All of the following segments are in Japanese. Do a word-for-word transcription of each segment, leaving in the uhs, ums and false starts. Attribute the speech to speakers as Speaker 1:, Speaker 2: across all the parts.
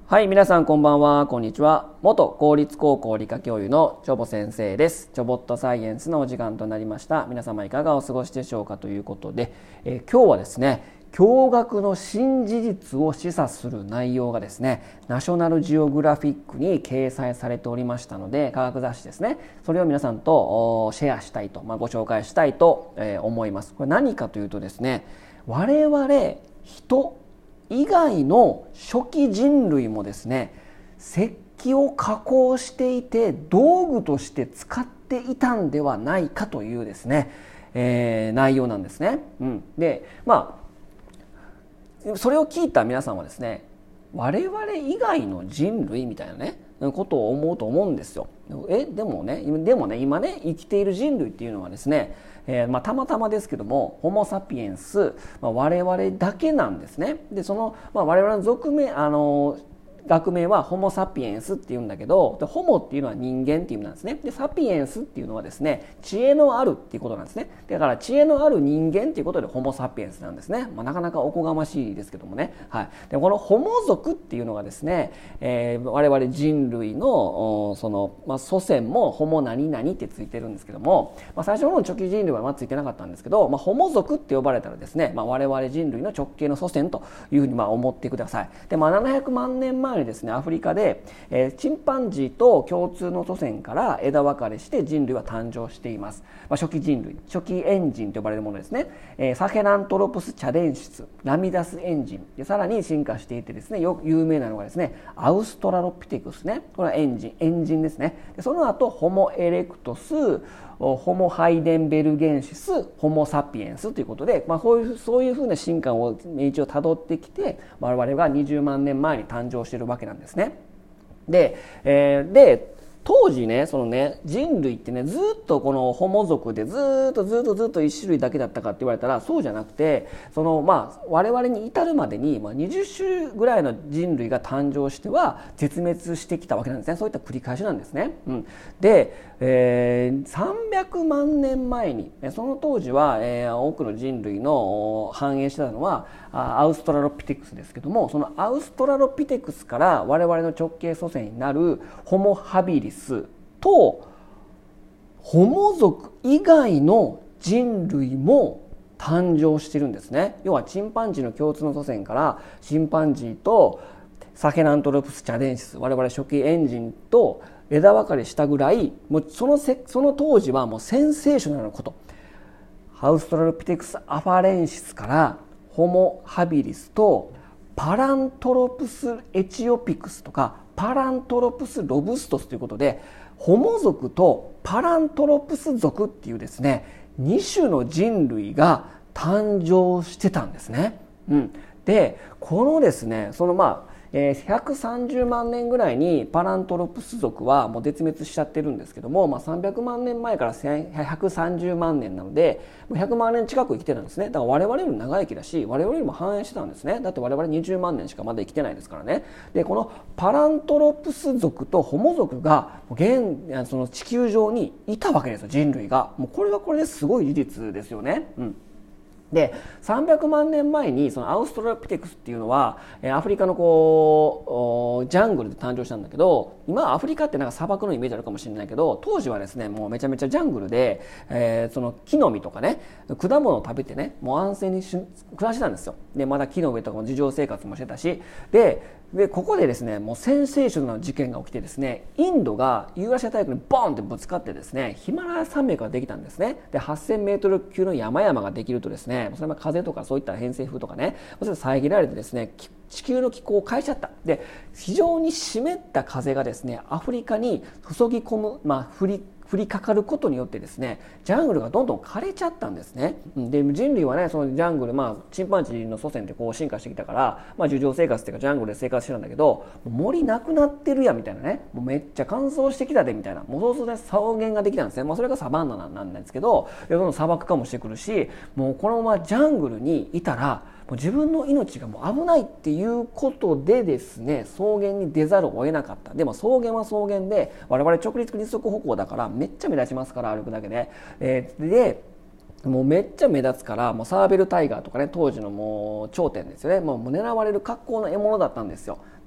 Speaker 1: はい、皆さんこんばんは、こんにちは。元公立高校理科教諭のチョボ先生です。チョボットサイエンスのお時間となりました。皆様いかがお過ごしでしょうかということで、えー、今日はですね、驚愕の新事実を示唆する内容がですね、ナショナルジオグラフィックに掲載されておりましたので、科学雑誌ですね、それを皆さんとシェアしたいと、まあ、ご紹介したいと思います。これ何かというとですね、我々人以外の初期人類もですね、石器を加工していて道具として使っていたんではないかというですね、えー、内容なんですね。うん、で、まあそれを聞いた皆さんはですね、我々以外の人類みたいなねことを思うと思うんですよ。えでもねでもね今ね生きている人類っていうのはですね、えーまあ、たまたまですけどもホモ・サピエンス、まあ、我々だけなんですね。でその、まあ、我々の俗名あの学名はホモ・サピエンスっていうんだけど、ホモっていうのは人間っていう意味なんですね。でサピエンスっていうのはですね、知恵のあるっていうことなんですね。だから知恵のある人間っていうことでホモ・サピエンスなんですね。まあ、なかなかおこがましいですけどもね、はい、でこのホモ族っていうのがですね、えー、我々人類のその、まあ、祖先もホモ何々ってついてるんですけども、まあ、最初の初期人類はまあついてなかったんですけど、まあ、ホモ族って呼ばれたらですね、まあ、我々人類の直系の祖先というふうにまあ思ってください。で、まあ、ななひゃくまんねんまえにですね、アフリカで、えー、チンパンジーと共通の祖先から枝分かれして人類は誕生しています。まあ、初期人類、初期エンジンと呼ばれるものですね。えー、サヘラントロプスチャデンシス、ラミダスエンジンでさらに進化していてですね、よく有名なのがですね、アウストラロピテクスね。これはエンジン、エンジンですね。でその後ホモエレクトス、ホモハイデンベルゲンシス、ホモサピエンスということで、まあ、こういうそういうふうな進化を一応たどってきて、我々がにじゅうまんねんまえに誕生しているわけなんですね。で、えー、で当時ね、そのね、人類ってね、ずっとこのホモ族でずっとずっとずっと一種類だけだったかって言われたらそうじゃなくて、そのまあ我々に至るまでにまあにじゅっしゅるいぐらいの人類が誕生しては絶滅してきたわけなんですね。そういった繰り返しなんですね。うん、で、えー、さんびゃくまんねんまえにその当時は、えー、多くの人類の繁栄してたのはアウストラロピテクスですけども、そのアウストラロピテクスから我々の直系祖先になるホモハビリスとホモ族以外の人類も誕生してるんですね。要はチンパンジーの共通の祖先からチンパンジーとサヘラントロプスチャデンシス、我々初期エンジンと枝分かれしたぐらい、もうそのせその当時はもうセンセーショナルなこと、アウストラロピテクスアファレンシスからホモハビリスとパラントロプスエチオピクスとかパラントロプスロブストスということで、ホモ族とパラントロプス族っていうですね、に種の人類が誕生してたんですね。うん、でこのですね、そのまあひゃくさんじゅうまんねんぐらいにパラントロプス族はもう絶滅しちゃってるんですけども、まあ、さんびゃくまんねんまえからひゃくさんじゅうまんねんなのでひゃくまんねん近く生きてたんですね。だから我々よりも長生きだし、我々よりも繁栄してたんですね。だって我々にじゅうまんねんしかまだ生きてないですからね。でこのパラントロプス族とホモ族が現その地球上にいたわけですよ、人類が。もうこれはこれですごい事実ですよね。うんでさんびゃくまんねんまえにそのアウストラロピテクスっていうのはアフリカのこうジャングルで誕生したんだけど、今はアフリカってなんか砂漠のイメージあるかもしれないけど、当時はですねもうめちゃめちゃジャングルで、えー、その木の実とかね果物を食べてねもう安静に暮らしてたんですよ。でまだ木の上とかも地上生活もしてたし、ででここでですねもうセンセーショナルな事件が起きてですね、インドがユーラシア大陸にボーンってぶつかってですねヒマラヤ山脈ができたんですね。ではっせんメートル級の山々ができるとですね、それは風とかそういった偏西風とかね、それ遮られてですね地球の気候を変えちゃった。で非常に湿った風がですねアフリカに注ぎ込む、まあ、降り降りかかることによってですねジャングルがどんどん枯れちゃったんですね。で人類はねそのジャングル、まあチンパンジーの祖先ってこう進化してきたから、まあ、樹上生活っていうかジャングルで生活してたんだけど、森なくなってるやみたいなね、もうめっちゃ乾燥してきたでみたいな、もうそうするとね草原ができたんですね。まあ、それがサバンナなんですけど、どんどん砂漠化もしてくるし、もうこのままジャングルにいたらもう自分の命がもう危ないっていうことでですね草原に出ざるを得なかった。でも草原は草原で我々直立二足歩行だからめっちゃ目立ちますから、歩くだけで、えー、でもうめっちゃ目立つから、もうサーベルタイガーとかね当時のもう頂点ですよね、もう狙われる格好の獲物だったんですよ。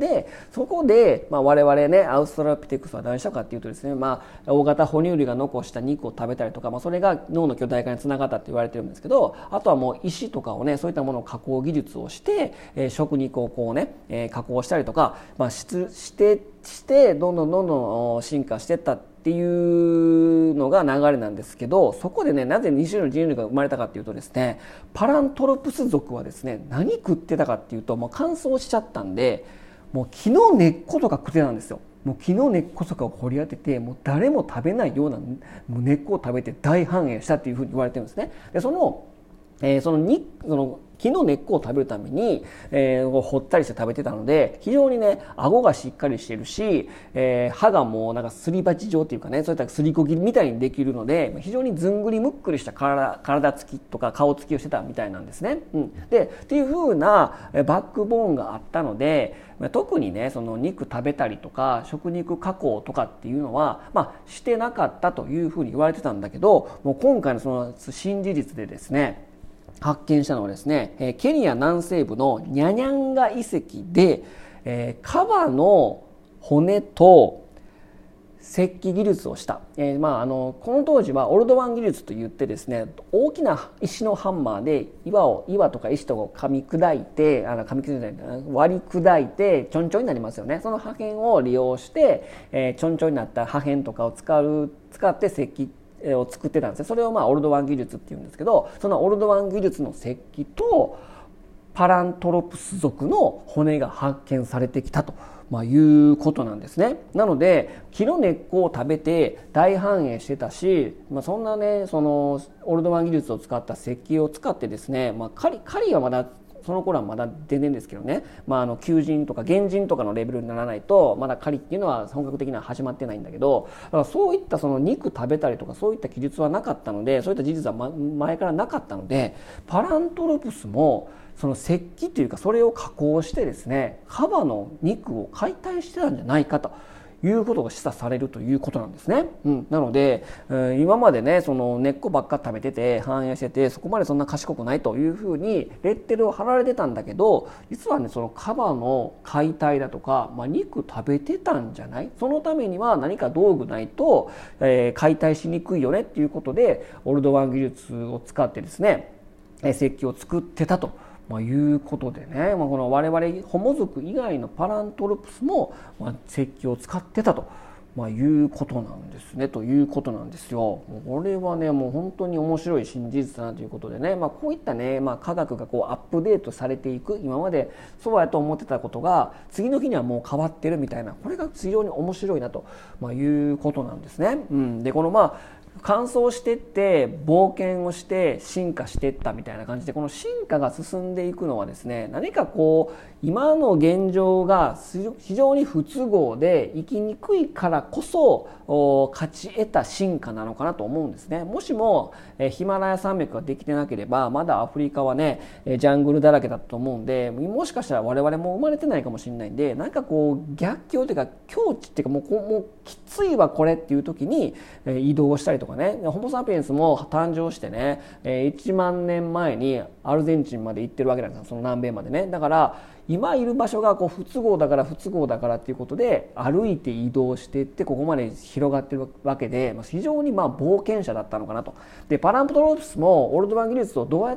Speaker 1: でそこで、まあ、我々ねアウストラロピテクスは何したかっていうとですね、まあ、大型哺乳類が残した肉を食べたりとか、まあ、それが脳の巨大化につながったって言われてるんですけど、あとはもう石とかをねそういったものを加工技術をして、えー、食肉をこうね、えー、加工したりとか、まあ、ししてしてどんどんどんどん進化していったっていうのが流れなんですけど、そこでねなぜに種類の人類が生まれたかっていうとですね、パラントロプス属はですね何食ってたかっていうと、もう乾燥しちゃったんでもう木の根っことか食ってたんですよ。もう木の根っことかを掘り当てて、もう誰も食べないような根っこを食べて大繁栄したっていうふうに言われてるんですね。でその、えー、そのにその木の根っこを食べるために、えー、掘ったりして食べてたので、非常にね顎がしっかりしてるし、えー、歯がもうなんかすり鉢状っていうかね、そういったすりこぎみたいにできるので、非常にずんぐりむっくりした体体つきとか顔つきをしてたみたいなんですね。うん、でっていう風なバックボーンがあったので、特にねその肉食べたりとか食肉加工とかっていうのは、まあ、してなかったというふうに言われてたんだけど、もう今回のその新事実でですね発見したのはですね、ケニア南西部のニャニャンガ遺跡で、えー、カバの骨と石器技術をした、えーまあ、あのこの当時はオルドワン技術といってですね、大きな石のハンマーで岩を岩とか石とかを噛み砕いてあの噛み砕いて割り砕いてちょんちょんになりますよね。その破片を利用して、えー、ちょんちょんになった破片とかを使う使って石器を作ってたんですね。それをまあオルドワン技術っていうんですけど、そのオルドワン技術の石器とパラントロプス属の骨が発見されてきたと、まあ、いうことなんですね。なので木の根っこを食べて大繁栄してたし、まあ、そんなねそのオルドワン技術を使った石器を使ってですね、まあ、狩り狩りはまだその頃はまだ全然ですけどね、まあ、あの求人とか原人とかのレベルにならないとまだ狩りっていうのは本格的には始まってないんだけど、だからそういったその肉食べたりとかそういった記述はなかったので、そういった事実は前からなかったので、パラントロプスもその石器というかそれを加工してですねカバの肉を解体してたんじゃないかということが示唆されるということなんですね。うん、なので、えー、今までねその根っこばっか食べてて繁栄しててそこまでそんな賢くないというふうにレッテルを貼られてたんだけど、実はねそのカバの解体だとか、まあ、肉食べてたんじゃない、そのためには何か道具ないと、えー、解体しにくいよねっていうことでオルドワン技術を使ってですね石器を作ってたと。まあ、いうことでね、まあ、この我々ホモ族以外のパラントロプスも、まあ、石器を使ってたと、まあ、いうことなんですねということなんですよ。これはねもう本当に面白い新事実だなということでね、まあ、こういったね、まあ、科学がこうアップデートされていく、今までそうやと思ってたことが次の日にはもう変わってるみたいな、これが非常に面白いなと、まあ、いうことなんですね。うん、でこのまあ乾燥していって冒険をして進化していったみたいな感じで、この進化が進んでいくのはですね、何かこう今の現状が非常に不都合で生きにくいからこそ勝ち得た進化なのかなと思うんですね。もしもヒマラヤ山脈ができてなければまだアフリカはねジャングルだらけだと思うんで、もしかしたら我々も生まれてないかもしれないんで、なんかこう逆境というか境地っていうかもう、もうきついわこれっていう時に移動したりとかね、ホモ・サピエンスも誕生してねいちまんねんまえにアルゼンチンまで行ってるわけなんですよ、その南米までね。だから今いる場所がこう不都合だから不都合だからっていうことで歩いて移動していってここまで広がってるわけで、非常にまあ冒険者だったのかなと。でパラントロプスもオルドワン技術をどうやって、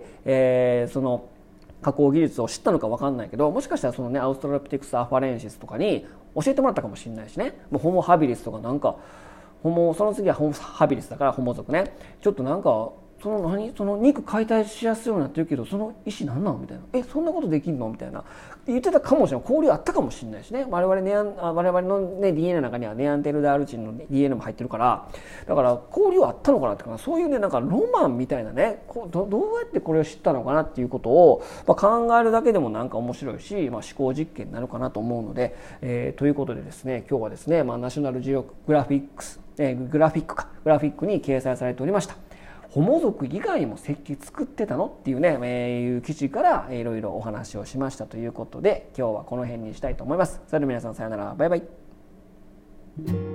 Speaker 1: えー、その加工技術を知ったのか分かんないけど、もしかしたらそのねアウストラロピテクスアファレンシスとかに教えてもらったかもしれないしね、もうホモ・ハビリスとかなんかホモその次はホモ・ハビリスだからホモ族ね、ちょっとなんかその何その肉解体しやすいようになってるけどその石何なのみたいな、えそんなことできんのみたいな言ってたかもしれない、交流あったかもしれないしね。我々ネアン我々の、ね、ディーエヌエー の中にはネアンデルダール人の ディーエヌエー も入ってるから、だから交流あったのかなってか、そういうねなんかロマンみたいなね、こう ど, どうやってこれを知ったのかなっていうことを、まあ、考えるだけでもなんか面白いし、まあ、思考実験になるかなと思うので、えー、ということでですね今日はですね、まあ、ナショナルジオグラフィックス、えー、グラフィックかグラフィックに掲載されておりましたホモ族以外も石器作ってたのっていうね、えー、いう記事からいろいろお話をしましたということで、今日はこの辺にしたいと思います。それでは皆さんさようなら、バイバイ。